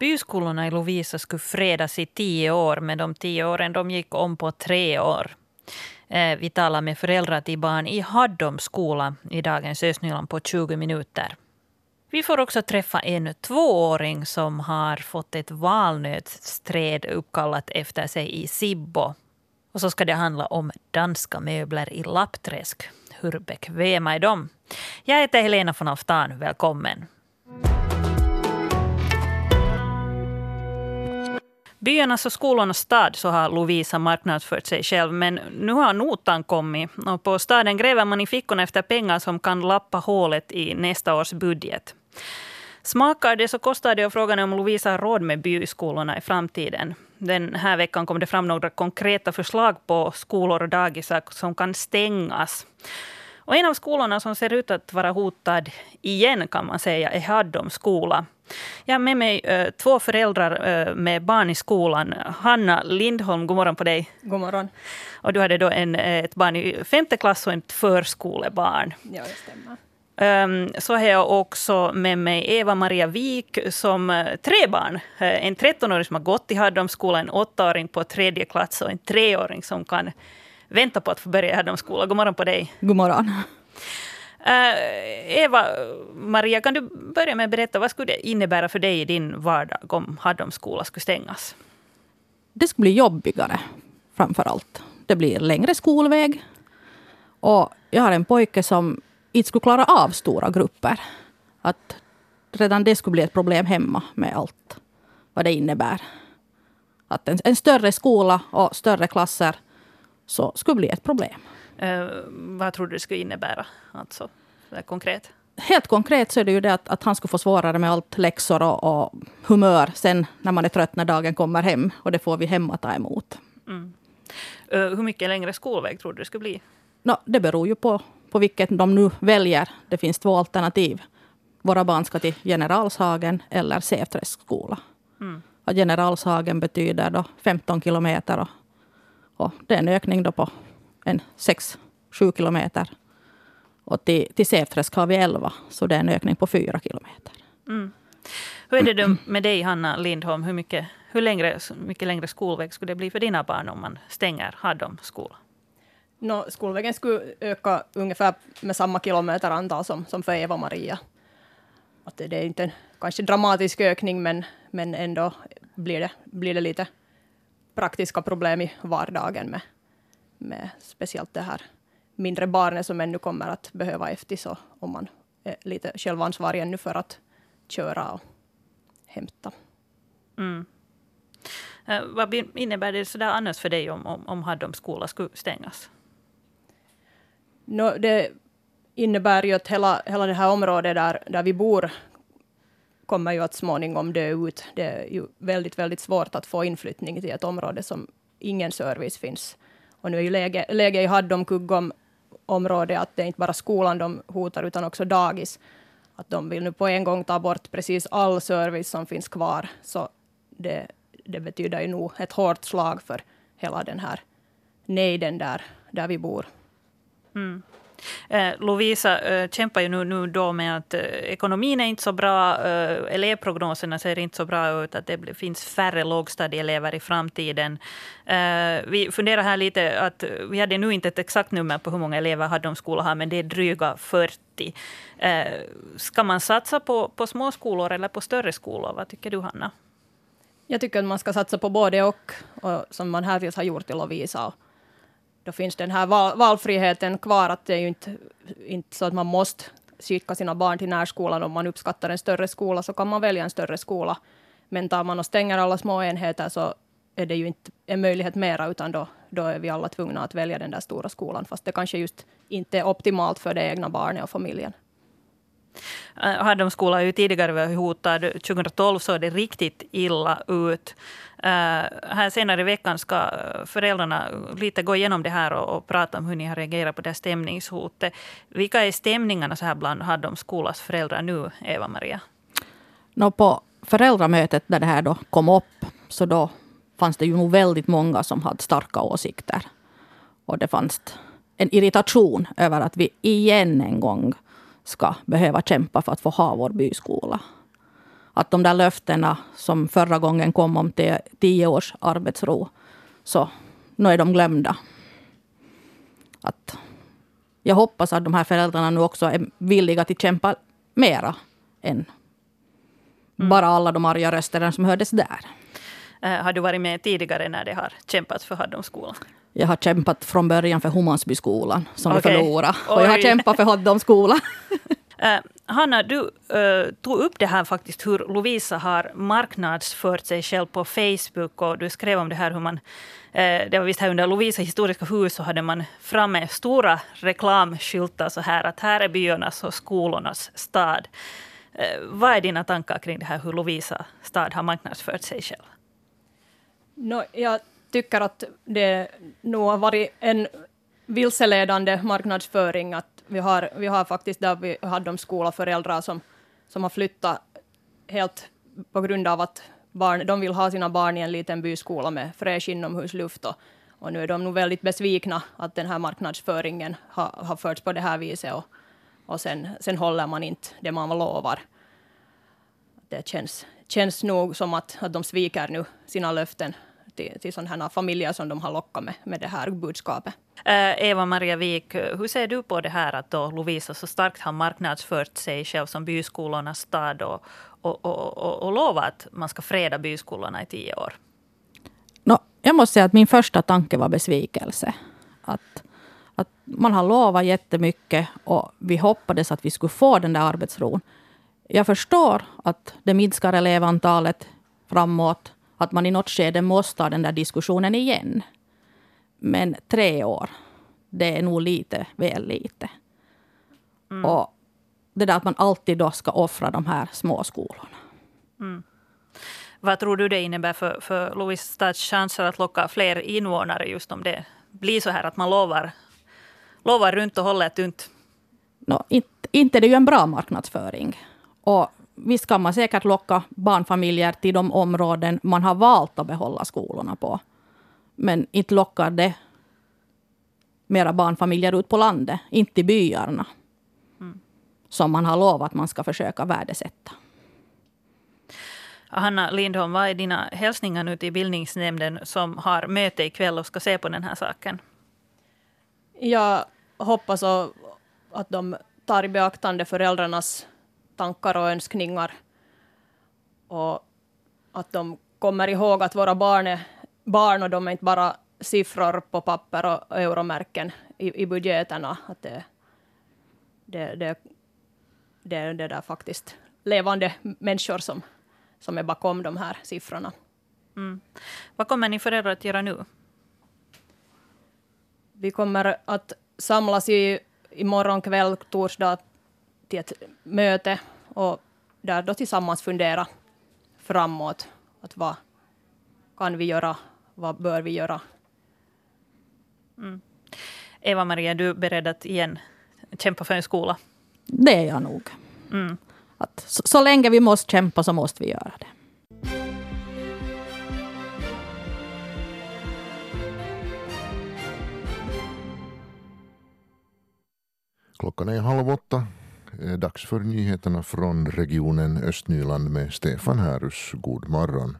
Byskolorna i Lovisa skulle fredas i 10 år, men de 10 åren de gick om på 3 år. Vi talar med föräldrar till barn i Haddoms skola i dagens Östnyland på 20 minuter. Vi får också träffa en 2-åring som har fått ett valnötsträd uppkallat efter sig i Sibbo. Och så ska det handla om danska möbler i Lappträsk. Hur bekväma är de? Jag heter Helena von Alftan. Välkommen. Byarnas och skolornas stad, så har Lovisa marknadsfört sig själv, men nu har notan kommit och på staden gräver man i fickorna efter pengar som kan lappa hålet i nästa års budget. Smakar det så kostar det, och frågan är om Lovisa har råd med byskolorna i framtiden. Den här veckan kom det fram några konkreta förslag på skolor och dagisar som kan stängas. Och en av skolorna som ser ut att vara hotad igen, kan man säga, är Haddoms skola. Jag har med mig 2 föräldrar med barn i skolan. Hanna Lindholm, god morgon på dig. God morgon. Och du hade då ett barn i 5:e klass och ett förskolebarn. Ja, det stämmer. Så har jag också med mig Eva-Maria Wik som 3 barn. En 13-åring som har gått i Haddoms skola, en 8-åring på 3:e klass och en 3-åring som kan vänta på att få börja i Haddoms skola. God morgon på dig. God morgon. Eva-Maria, kan du börja med att berätta vad skulle det innebära för dig i din vardag om Haddoms skola skulle stängas? Det skulle bli jobbigare framför allt. Det blir längre skolväg. Och jag har en pojke som inte skulle klara av stora grupper. Att redan det skulle bli ett problem hemma med allt vad det innebär. Att en större skola och större klasser så skulle bli ett problem. Vad tror du det skulle innebära? Alltså, konkret? Helt konkret så är det ju det att han skulle få svårare med allt läxor och humör sen när man är trött när dagen kommer hem. Och det får vi hemma ta emot. Mm. Hur mycket längre skolväg tror du det skulle bli? Det beror ju på vilket de nu väljer. Det finns 2 alternativ. Våra barn ska till Generalshagen eller Säfträsk skola. Mm. Och Generalshagen betyder då 15 kilometer. Och det är en ökning då på 6-7 kilometer. Och till Säfträsk har vi 11. Så det är en ökning på 4 kilometer. Mm. Hur är det då med dig, Hanna Lindholm? Hur mycket längre skolväg skulle det bli för dina barn om man stänger Haddoms skola? Skolvägen skulle öka ungefär med samma kilometerantal som för Eva och Maria. Att det är inte en kanske dramatisk ökning, men ändå blir det lite praktiska problem i vardagen med speciellt det här mindre barnet som ännu kommer att behöva efter, så om man är lite självansvarig ännu för att köra och hämta. Mm. Vad innebär det sådär annars för dig om Haddoms skola skulle stängas? Det innebär ju att hela det här området där vi bor kommer ju att småningom dö ut. Det är ju väldigt, väldigt svårt att få inflyttning till ett område som ingen service finns. Och nu är ju läge i Haddom Kuggom område att det är inte bara skolan de hotar utan också dagis. Att de vill nu på en gång ta bort precis all service som finns kvar. Så det betyder ju nog ett hårt slag för hela den här nejden där vi bor. Mm. Lovisa kämpar ju nu då med att ekonomin är inte så bra, elevprognoserna ser inte så bra ut, att det finns färre lågstadieelever i framtiden. Vi funderar här lite att vi hade nu inte ett exakt nummer på hur många elever Haddoms skola har, men det är dryga 40. Ska man satsa på små skolor eller på större skolor? Vad tycker du, Hanna? Jag tycker att man ska satsa på både och som man här har gjort i Lovisa. Då finns den här valfriheten kvar, att det är ju inte så att man måste skicka sina barn till närskolan. Om man uppskattar en större skola så kan man välja en större skola. Men tar man och stänger alla små enheter så är det ju inte en möjlighet mera, utan då är vi alla tvungna att välja den där stora skolan. Fast det kanske just inte är optimalt för det egna barnet och familjen. Haddoms skola har ju tidigare varit hotad. 2012 såg det riktigt illa ut. Här senare i veckan ska föräldrarna lite gå igenom det här och prata om hur ni har reagerat på det här stämningshotet. Vilka är stämningarna så här bland Haddoms skolas föräldrar nu, Eva-Maria? På föräldramötet där det här då kom upp, så då fanns det ju nog väldigt många som hade starka åsikter. Och det fanns en irritation över att vi igen en gång ska behöva kämpa för att få ha vår byskola. att de där löftena som förra gången kom om 10 års arbetsro, så nu är de glömda. Att jag hoppas att de här föräldrarna nu också är villiga att kämpa mera än bara alla de arga rösterna som hördes där. Har du varit med tidigare när det har kämpat för Haddomskolan? Jag har kämpat från början för Humansbyskolan som vi förlorade. Oj. Och jag har kämpat för Haddomskolan. Hanna, du tog upp det här faktiskt, hur Lovisa har marknadsfört sig själv på Facebook, och du skrev om det här hur man, det var visst här under Lovisa historiska hus, så hade man framme stora reklamskyltar så här att här är byarnas och skolornas stad. Vad är dina tankar kring det här, hur Lovisa stad har marknadsfört sig själv? Jag tycker att det nog har varit en vilseledande marknadsföring, att vi har faktiskt där vi hade de skolaföräldrar som har flyttat helt på grund av att de vill ha sina barn i en liten byskola med fräsch inomhusluft, och nu är de nog väldigt besvikna att den här marknadsföringen har förts på det här viset, och sen håller man inte det man lovar. Det känns nog som att de sviker nu sina löften till sådana här familjer som de har lockat med det här budskapet. Eva-Maria Wik, hur ser du på det här att då Lovisa så starkt har marknadsfört sig själv som byskolornas stad och lovat att man ska freda byskolorna i 10 år? Jag måste säga att min första tanke var besvikelse. Att man har lovat jättemycket och vi hoppades att vi skulle få den där arbetsron. Jag förstår att det minskar elevantalet framåt, att man i något skede måste ha den där diskussionen igen. Men 3 år, det är nog lite väl lite. Och det där att man alltid då ska offra de här små skolorna. Vad tror du det innebär för Lovisa stads chanser att locka fler invånare, just om det blir så här att man lovar runt och håller tunt? Inte det är ju en bra marknadsföring. Och visst kan man säkert locka barnfamiljer till de områden man har valt att behålla skolorna på. Men inte lockar det mera barnfamiljer ut på landet, inte i byarna. Som man har lovat att man ska försöka värdesätta. Hanna Lindholm, vad är dina hälsningar nu till bildningsnämnden som har möte ikväll och ska se på den här saken? Jag hoppas att de tar i beaktande föräldrarnas tankar och önskningar. Och att de kommer ihåg att våra barn är barn och de är inte bara siffror på papper och euromärken i budgeterna. Att det är där faktiskt levande människor som är bakom de här siffrorna. Vad kommer ni föräldrar att göra nu? Vi kommer att samlas imorgon kväll, torsdag, till ett möte och där då tillsammans fundera framåt. Att vad kan vi göra? Vad bör vi göra? Eva-Maria, du är beredd att igen kämpa för en skola? Det är jag nog. Att så länge vi måste kämpa så måste vi göra det. Klockan är 7:30. Dags för nyheterna från regionen Östnyland med Stefan Härus. God morgon.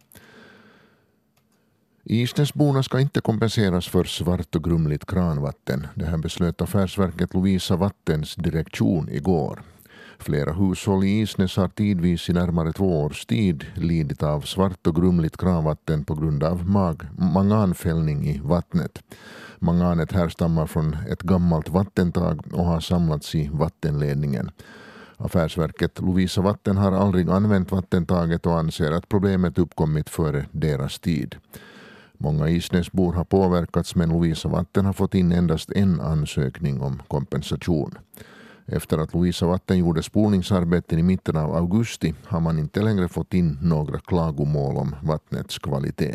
Isnäsborna ska inte kompenseras för svart och grumligt kranvatten. Det här beslöt affärsverket Lovisa Vattens direktion igår. Flera hushåll i Isnäs har tidvis i närmare 2 års tid lidit av svart och grumligt kranvatten på grund av manganfällning i vattnet. Manganet härstammar från ett gammalt vattentag och har samlats i vattenledningen. Affärsverket Lovisa Vatten har aldrig använt vattentaget och anser att problemet uppkommit före deras tid. Många Isnäsbor har påverkats, men Lovisa Vatten har fått in endast en ansökning om kompensation. Efter att Lovisa Vatten gjorde spolningsarbeten i mitten av augusti har man inte längre fått in några klagomål om vattnets kvalitet.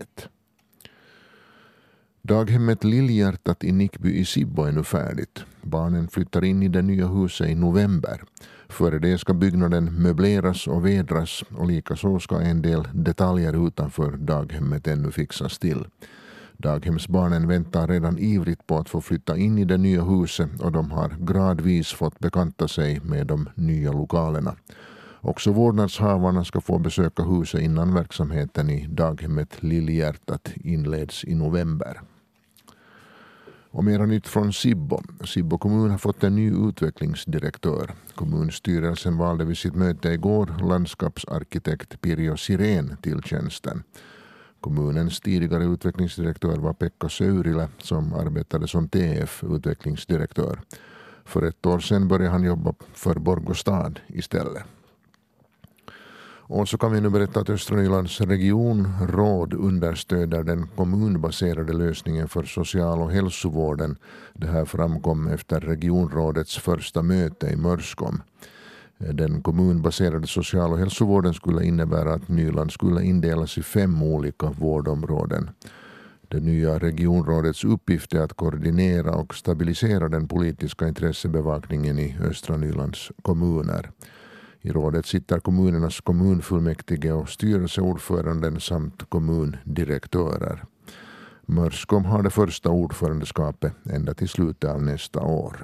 Daghemmet Lillhjärtat i Nickby i Sibbo är nu färdigt. Barnen flyttar in i det nya huset i november. Före det ska byggnaden möbleras och vedras och likaså ska en del detaljer utanför daghemmet ännu fixas till. Daghemsbarnen väntar redan ivrigt på att få flytta in i det nya huset och de har gradvis fått bekanta sig med de nya lokalerna. Också vårdnadshavarna ska få besöka huset innan verksamheten i daghemmet Lillhjärtat inleds i november. Och mera nytt från Sibbo. Sibbo kommun har fått en ny utvecklingsdirektör. Kommunstyrelsen valde vid sitt möte igår landskapsarkitekt Pirjo Sirén till tjänsten. Kommunens tidigare utvecklingsdirektör var Pekka Söyrilä som arbetade som TF-utvecklingsdirektör. För ett år sedan började han jobba för Borgostad istället. Och så kan vi nu berätta att Östra Nylands regionråd understöder den kommunbaserade lösningen för social- och hälsovården. Det här framkom efter regionrådets första möte i Mörskom. Den kommunbaserade social- och hälsovården skulle innebära att Nyland skulle indelas i 5 olika vårdområden. Det nya regionrådets uppgift är att koordinera och stabilisera den politiska intressebevakningen i Östra Nylands kommuner. I rådet sitter kommunernas kommunfullmäktige och styrelseordföranden samt kommundirektörer. Mörskom har det första ordförandeskapet ända till slutet av nästa år.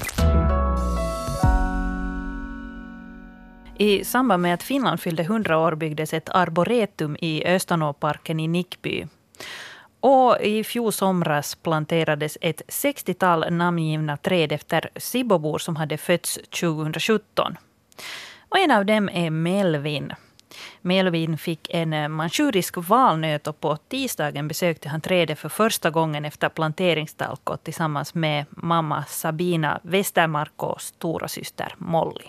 I samband med att Finland fyllde 100 år byggdes ett arboretum i Östanåparken i Nickby. Och i fjol somras planterades ett 60-tal namngivna träd efter Sibbobor som hade fötts 2017. Och en av dem är Melvin. Melvin fick en manchurisk valnöt och på tisdagen besökte han trädet för första gången efter planteringstalkot tillsammans med mamma Sabina Westermark och stora syster Molly.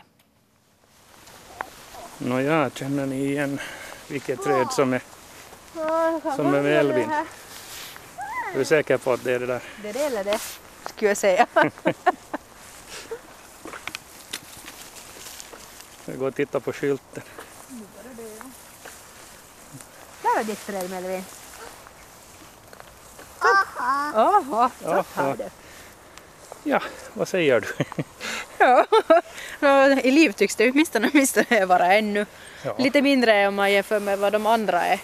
Nåja, känner ni igen vilket träd som är Melvin? Är du säker på att det är det där? Det är det, skulle jag säga. Vi går och tittar på skylten. Där är ditt träd, Melvin. Oho, så har du. Ja, vad säger du? Ja, i liv tycks det åtminstone vara ännu. Ja. Lite mindre om man jämför med vad de andra är.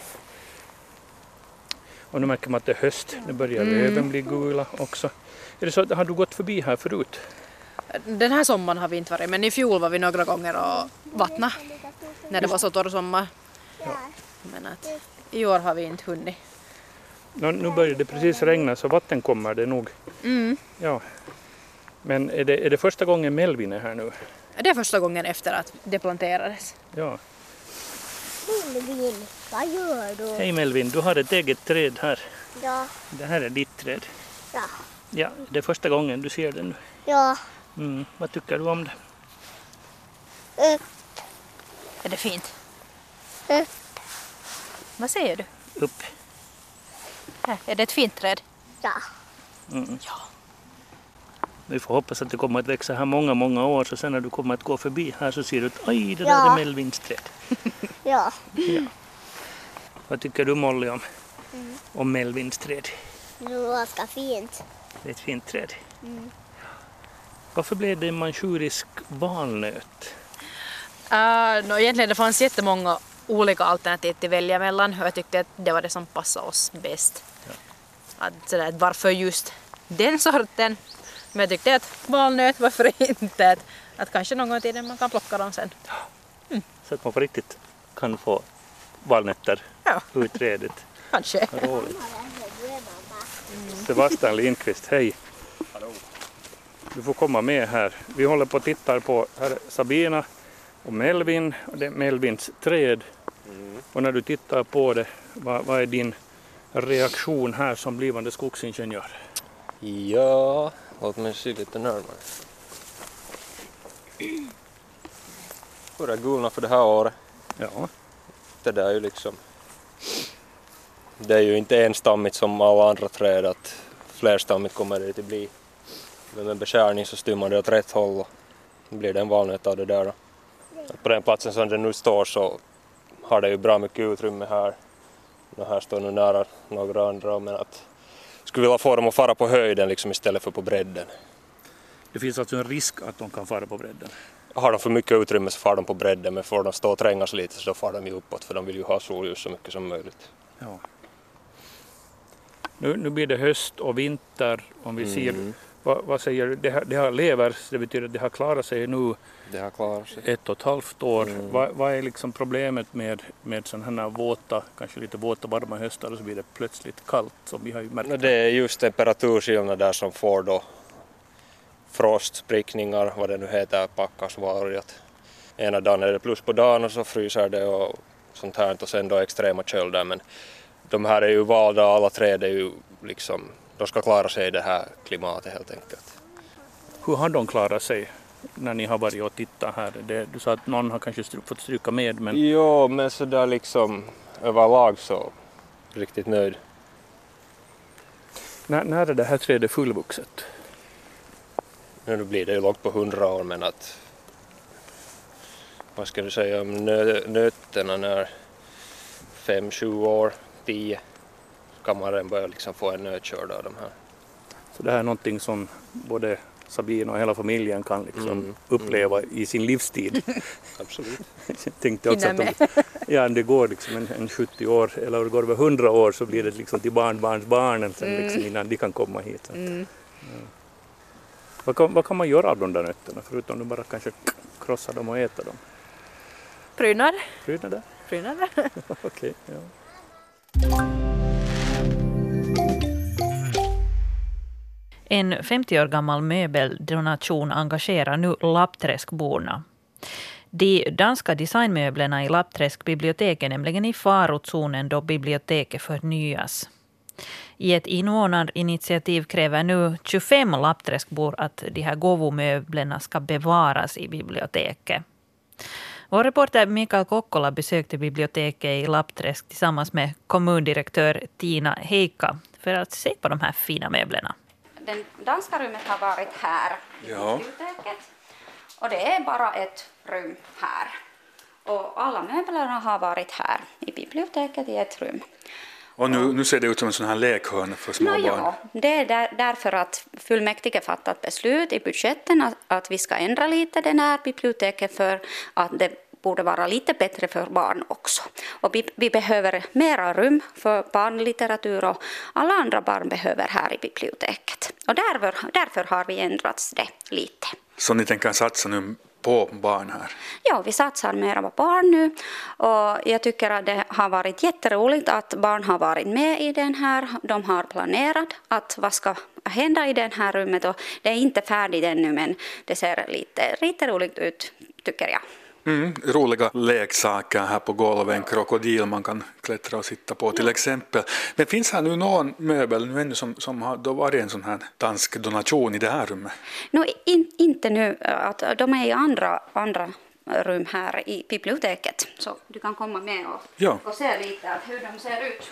Och nu märker man att det är höst. Nu börjar löven bli gula också. Är det så att har du gått förbi här förut? Den här sommaren har vi inte varit, men i fjol var vi några gånger och vattna när det var så torr sommar. Ja. Men att i år har vi inte hunnit. Nu börjar det precis regna så vatten kommer det nog. Ja. Men är det första gången Melvin är här nu? Det är första gången efter att det planterades. Ja. Melvin, vad gör du? Hej Melvin, du har ett eget träd här. Ja, Det här är ditt träd. ja, Ja, det är första gången du ser det nu. ja. Vad tycker du om det? Är det fint? Upp. Vad säger du? Upp. Här, är det ett fint träd? Ja. Ja. Vi får hoppas att det kommer att växa här många år så sen när du kommer att gå förbi här så ser du att oj, det där Ja. är Melvins träd. Ja. Vad tycker du Molly om Melvins träd? Det var ganska fint. Det är ett fint träd. Varför blev det en manchurisk valnöt? Egentligen det fanns jättemånga olika alternativ till välja mellan och jag tyckte att det var det som passade oss bäst. Ja. Att varför just den sorten? Men jag tyckte att valnöt, varför inte? Att kanske någon gång i tiden man kan plocka dem sen. Så att man på riktigt kan få valnötter ur trädet. Kanske. Vad roligt. Sebastian Lindqvist, hej. Du får komma med här. Vi håller på att titta på här Sabina och Melvin. Och det är Melvins träd. Och när du tittar på det, vad är din reaktion här som blivande skogsingenjör? Ja, låt mig se lite närmare. Börjar gulna för det här året. Ja. Det där är ju liksom... Det är ju inte enstammigt som alla andra träd, att flerstammigt kommer det att bli. Men med beskärning så styr man det åt rätt håll och blir det en valnöt av det där då. På den platsen som det nu står så har det ju bra mycket utrymme här. Och här står nu nära några andra, men att skulle vilja få dem att fara på höjden liksom istället för på bredden. Det finns alltså en risk att de kan fara på bredden. Har de för mycket utrymme så far de på bredden, men får de stå och trängas lite så då far de ju uppåt för de vill ju ha solljus så mycket som möjligt. Ja. Nu blir det höst och vinter. Om vi ser Vad säger du? Det har lever, det betyder att det har klarat sig nu. Det har klarat sig. 1,5 år. Vad är liksom problemet med sådana här våta, kanske lite våta varma höstar och så blir det plötsligt kallt som vi har ju märkt? Det är just temperaturskillnader som får då frostsprickningar, vad det nu heter, packas var. Ena dagen är det plus på dagen och så fryser det och sånt här och sen då extrema kölder. Men de här är ju valda, alla träd är ju liksom, de ska klara sig i det här klimatet helt enkelt. Hur har de klarat sig när ni har varit och tittat här? Du sa att någon har kanske fått stryka med. Men... Jo, men så där liksom överlag så riktigt nöjd. När är det här trädet fullvuxet? Nu blir det ju långt på 100 år, men att vad ska du säga om nötterna när 5-7 år, 10 kan man redan börja liksom få en nötkörd av de här. Så det här är någonting som både Sabina och hela familjen kan liksom uppleva i sin livstid. Absolut. Jag tänkte också att det går liksom en 70 år eller det går över 100 år så blir det liksom till barnbarnen sen liksom innan de kan komma hit. Vad kan man göra av de där nötterna förutom att bara kanske krossa dem och äta dem? Prydnader. Okej, ja. En 50 år gammal möbeldonation engagerar nu Lappträskborna. De danska designmöblerna i Lappträskbiblioteket är nämligen i farozonen då biblioteket förnyas. I ett invånarinitiativ kräver nu 25 Lappträskbor att de här gåvomöblerna ska bevaras i biblioteket. Vår reporter Mikael Kokkola besökte biblioteket i Lappträsk tillsammans med kommundirektör Tina Heikka för att se på de här fina möblerna. Det danska rummet har varit här i biblioteket och det är bara ett rum här. Och alla möblerna har varit här i biblioteket i ett rum. Och nu ser det ut som en sån här lekhörna för små barn. Ja, det är därför att fullmäktige fattat beslut i budgeten att vi ska ändra lite det här biblioteket för att det borde vara lite bättre för barn också. Och vi behöver mera rum för barnlitteratur och alla andra barn behöver här i biblioteket. Och därför har vi ändrat det lite. Så ni tänker satsa nu på barn här? Ja, vi satsar mera på barn nu och jag tycker att det har varit jätteroligt att barn har varit med i den här. De har planerat att vad ska hända i den här rummet och det är inte färdigt ännu men det ser lite roligt ut tycker jag. Roliga leksaker här på golvet, en krokodil man kan klättra och sitta på till exempel. Men finns här nu någon möbel nu ännu som har då varit en sån här dansk donation i det här rummet? Inte nu, att de är i andra rum här i biblioteket så du kan komma med och se lite hur de ser ut.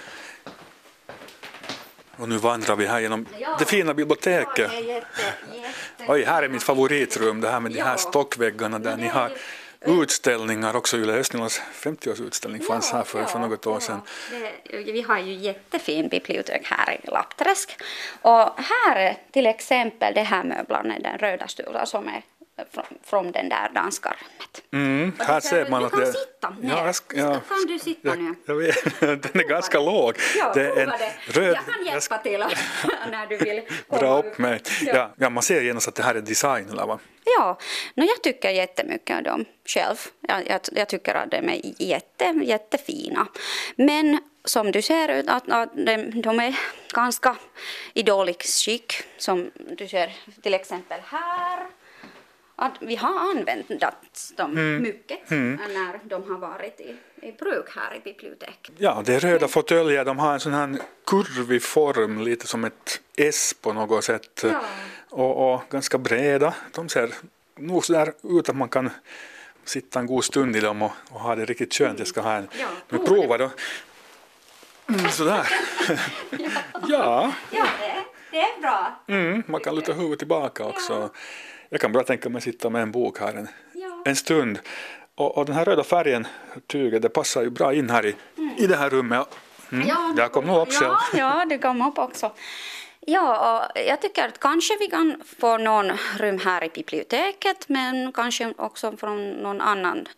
Och nu vandrar vi här genom det fina biblioteket. Oj, här är mitt favoritrum, det här med de här stockväggarna där ni har utställningar också. Yle Östnylands 50-årsutställning fanns här för något år sedan. Vi har ju jättefin bibliotek här i Lappträsk. Och här till exempel det här möblarna, den röda stulan som är från den där danska rummet. Här ser man att du kan sitta ner. Kan du sitta nu? Jag vet, den är ganska låg. Ja, det är en röd. Jag kan hjälpa till när du vill dra upp mig. Ja, man ser genast att det här är design eller vad? Ja, jag tycker jättemycket om dem själv. Jag tycker att de är jättefina. Men som du ser ut att de är ganska i dåligt skick. Som du ser till exempel här. Att vi har använt dem mycket när de har varit i bruk här i biblioteket. Ja, det är röda fåtöljer. De har en sån här kurvig form, lite som ett S på något sätt. Ja. Och ganska breda. De ser nog så där ut att man kan sitta en god stund i dem och ha det riktigt skönt. Jag ska ha en prova då. Sådär. Ja, det är bra. Man kan luta huvudet tillbaka också. Ja. Jag kan bara tänka mig att sitta med en bok här en stund. Och den här röda färgen, tyget, det passar ju bra in här i det här rummet. Jag kom nog upp själv. Ja, det kom upp också. Ja, och jag tycker att kanske vi kan få någon rum här i biblioteket men kanske också från någon annan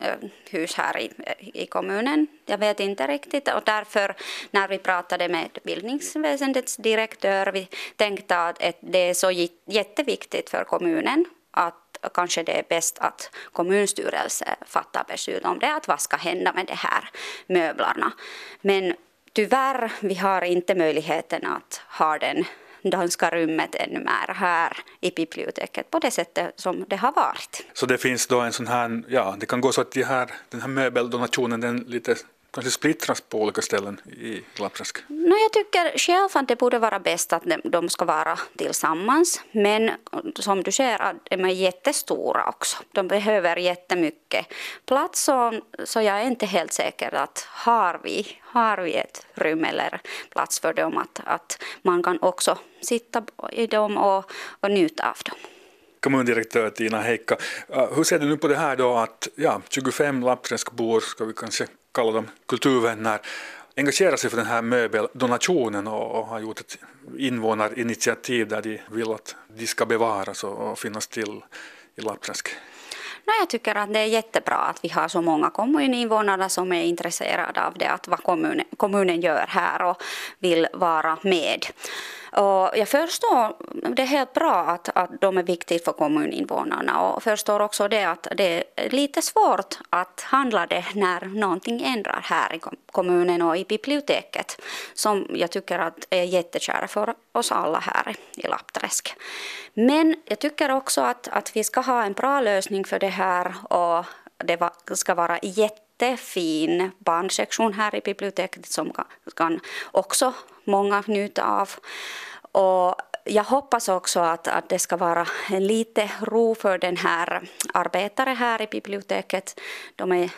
hus här i kommunen. Jag vet inte riktigt, och därför när vi pratade med bildningsväsendets direktör, vi tänkte att det är så jätteviktigt för kommunen att kanske det är bäst att kommunstyrelsen fattar beslut om det, att vad ska hända med de här möblerna. Men tyvärr, vi har inte möjligheten att ha den danska rummet ännu mer här i biblioteket på det sättet som det har varit. Så det finns då en sån här, ja, det kan gå så att den här möbeldonationen den lite kanske splittras på olika ställen i Lappträsk? Jag tycker själv att det borde vara bäst att de ska vara tillsammans. Men som du ser, att de är jättestora också. De behöver jättemycket plats. Så jag är inte helt säker att har vi ett rum eller plats för dem. Att man kan också sitta i dem och njuta av dem. Kommundirektör Tina Heikka, hur ser du nu på det här då att 25 Lappträskbor, ska vi kanske kalla dem kulturvänner, engagerar sig för den här möbeldonationen och har gjort ett invånarinitiativ där de vill att de ska bevaras och finnas till i Lappträsk? Jag tycker att det är jättebra att vi har så många kommuninvånare som är intresserade av det, att vad kommunen gör här och vill vara med. Och jag förstår, det är helt bra att de är viktiga för kommuninvånarna, och förstår också det att det är lite svårt att handla det när någonting ändrar här i kommunen och i biblioteket, som jag tycker att är jättekära för oss alla här i Lappträsk. Men jag tycker också att vi ska ha en bra lösning för det här, och det ska vara jättefin barnsektion här i biblioteket som kan också många njuta av. Och jag hoppas också att det ska vara lite ro för den här arbetare här i biblioteket. De är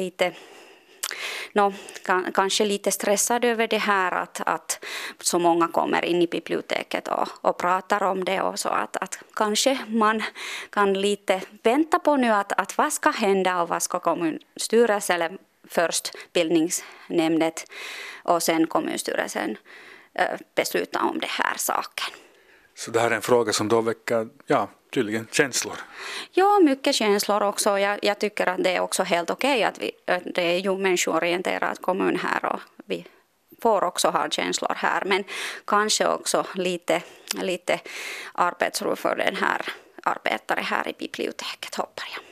kanske lite stressade över det här att så många kommer in i biblioteket och pratar om det, och så att kanske man kan lite vänta på nu att vad ska hända och vad ska kommunstyrelsen, eller först bildningsnämnden och sen kommunstyrelsen besluta om det här saken. Så det här är en fråga som då väcker, tydligen känslor? Ja, mycket känslor också. Jag tycker att det är också helt okej att det är ju människoorienterad kommun här, och vi får också ha känslor här, men kanske också lite arbetsro för den här arbetare här i biblioteket, hoppas jag.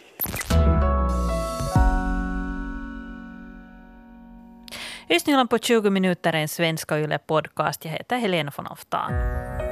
Lyssningen på 20 minuter är en svenska Yle podcast. Jag heter Helena von Oftan.